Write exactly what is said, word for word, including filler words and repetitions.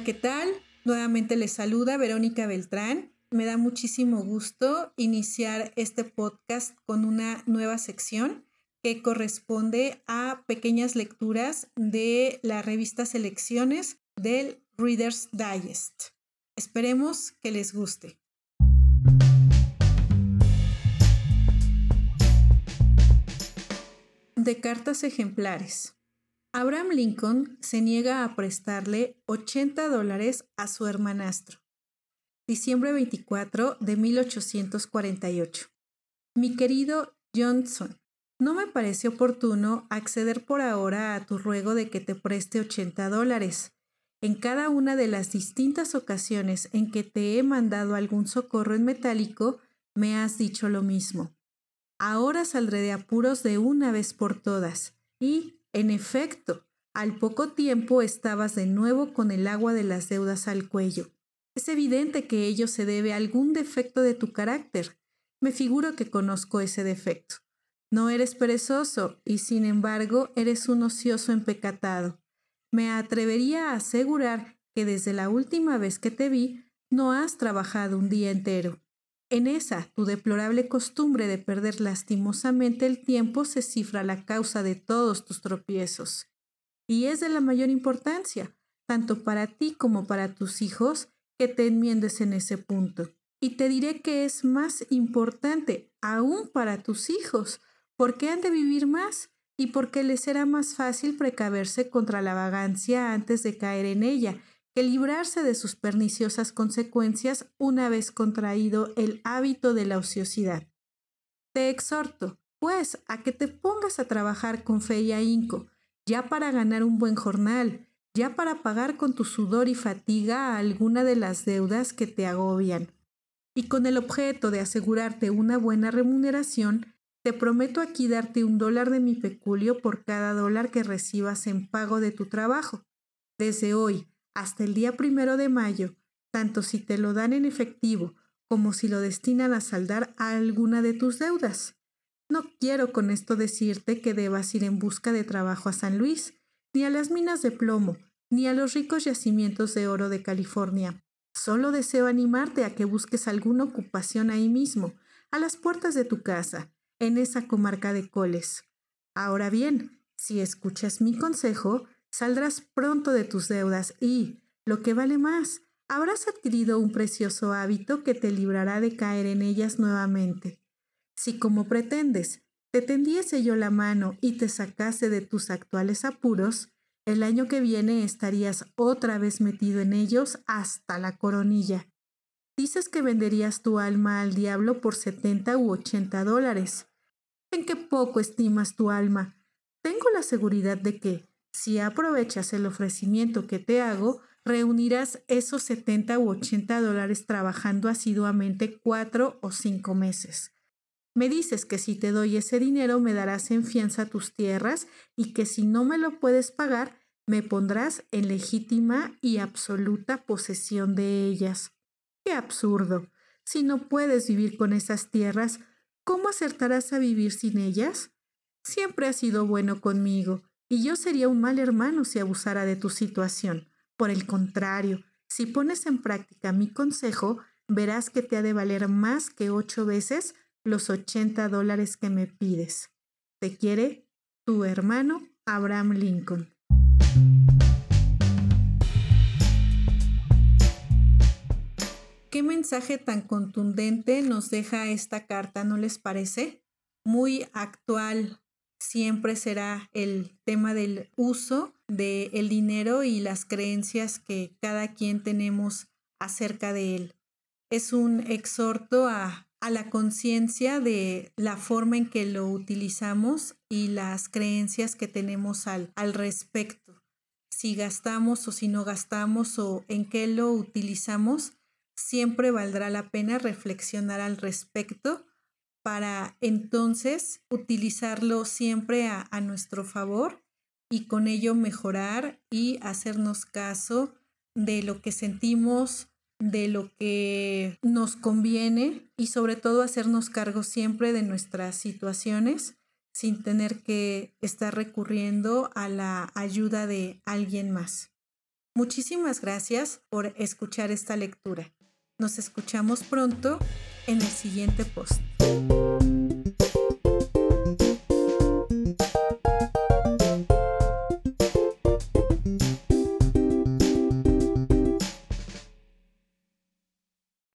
Hola, ¿qué tal? Nuevamente les saluda Verónica Beltrán. Me da muchísimo gusto iniciar este podcast con una nueva sección que corresponde a pequeñas lecturas de la revista Selecciones del Reader's Digest. Esperemos que les guste. De cartas ejemplares. Abraham Lincoln se niega a prestarle ochenta dólares a su hermanastro. Diciembre veinticuatro de mil ochocientos cuarenta y ocho. Mi querido Johnson, no me parece oportuno acceder por ahora a tu ruego de que te preste ochenta dólares. En cada una de las distintas ocasiones en que te he mandado algún socorro en metálico, me has dicho lo mismo. Ahora saldré de apuros de una vez por todas. Y, en efecto, al poco tiempo estabas de nuevo con el agua de las deudas al cuello. Es evidente que ello se debe a algún defecto de tu carácter. Me figuro que conozco ese defecto. No eres perezoso y, sin embargo, eres un ocioso empecatado. Me atrevería a asegurar que desde la última vez que te vi, no has trabajado un día entero. En esa, tu deplorable costumbre de perder lastimosamente el tiempo se cifra la causa de todos tus tropiezos. Y es de la mayor importancia, tanto para ti como para tus hijos, que te enmiendes en ese punto. Y te diré que es más importante aún para tus hijos, porque han de vivir más y porque les será más fácil precaverse contra la vagancia antes de caer en ella, que librarse de sus perniciosas consecuencias una vez contraído el hábito de la ociosidad. Te exhorto, pues, a que te pongas a trabajar con fe y ahínco, ya para ganar un buen jornal, ya para pagar con tu sudor y fatiga alguna de las deudas que te agobian. Y con el objeto de asegurarte una buena remuneración, te prometo aquí darte un dólar de mi peculio por cada dólar que recibas en pago de tu trabajo. Desde hoy hasta el día primero de mayo, tanto si te lo dan en efectivo como si lo destinan a saldar a alguna de tus deudas. No quiero con esto decirte que debas ir en busca de trabajo a San Luis, ni a las minas de plomo, ni a los ricos yacimientos de oro de California. Solo deseo animarte a que busques alguna ocupación ahí mismo, a las puertas de tu casa, en esa comarca de Coles. Ahora bien, si escuchas mi consejo, saldrás pronto de tus deudas y, lo que vale más, habrás adquirido un precioso hábito que te librará de caer en ellas nuevamente. Si, como pretendes, te tendiese yo la mano y te sacase de tus actuales apuros, el año que viene estarías otra vez metido en ellos hasta la coronilla. Dices que venderías tu alma al diablo por setenta u ochenta dólares. ¿En qué poco estimas tu alma? Tengo la seguridad de que, si aprovechas el ofrecimiento que te hago, reunirás esos setenta u ochenta dólares trabajando asiduamente cuatro o cinco meses. Me dices que si te doy ese dinero me darás en fianza tus tierras y que si no me lo puedes pagar, me pondrás en legítima y absoluta posesión de ellas. ¡Qué absurdo! Si no puedes vivir con esas tierras, ¿cómo acertarás a vivir sin ellas? Siempre has sido bueno conmigo, y yo sería un mal hermano si abusara de tu situación. Por el contrario, si pones en práctica mi consejo, verás que te ha de valer más que ocho veces los ochenta dólares que me pides. Te quiere tu hermano Abraham Lincoln. ¿Qué mensaje tan contundente nos deja esta carta, no les parece? Muy actual siempre será el tema del uso del dinero y las creencias que cada quien tenemos acerca de él. Es un exhorto a, a la conciencia de la forma en que lo utilizamos y las creencias que tenemos al, al respecto. Si gastamos o si no gastamos o en qué lo utilizamos, siempre valdrá la pena reflexionar al respecto para entonces utilizarlo siempre a, a nuestro favor y con ello mejorar y hacernos caso de lo que sentimos, de lo que nos conviene y sobre todo hacernos cargo siempre de nuestras situaciones sin tener que estar recurriendo a la ayuda de alguien más. Muchísimas gracias por escuchar esta lectura. Nos escuchamos pronto en el siguiente post.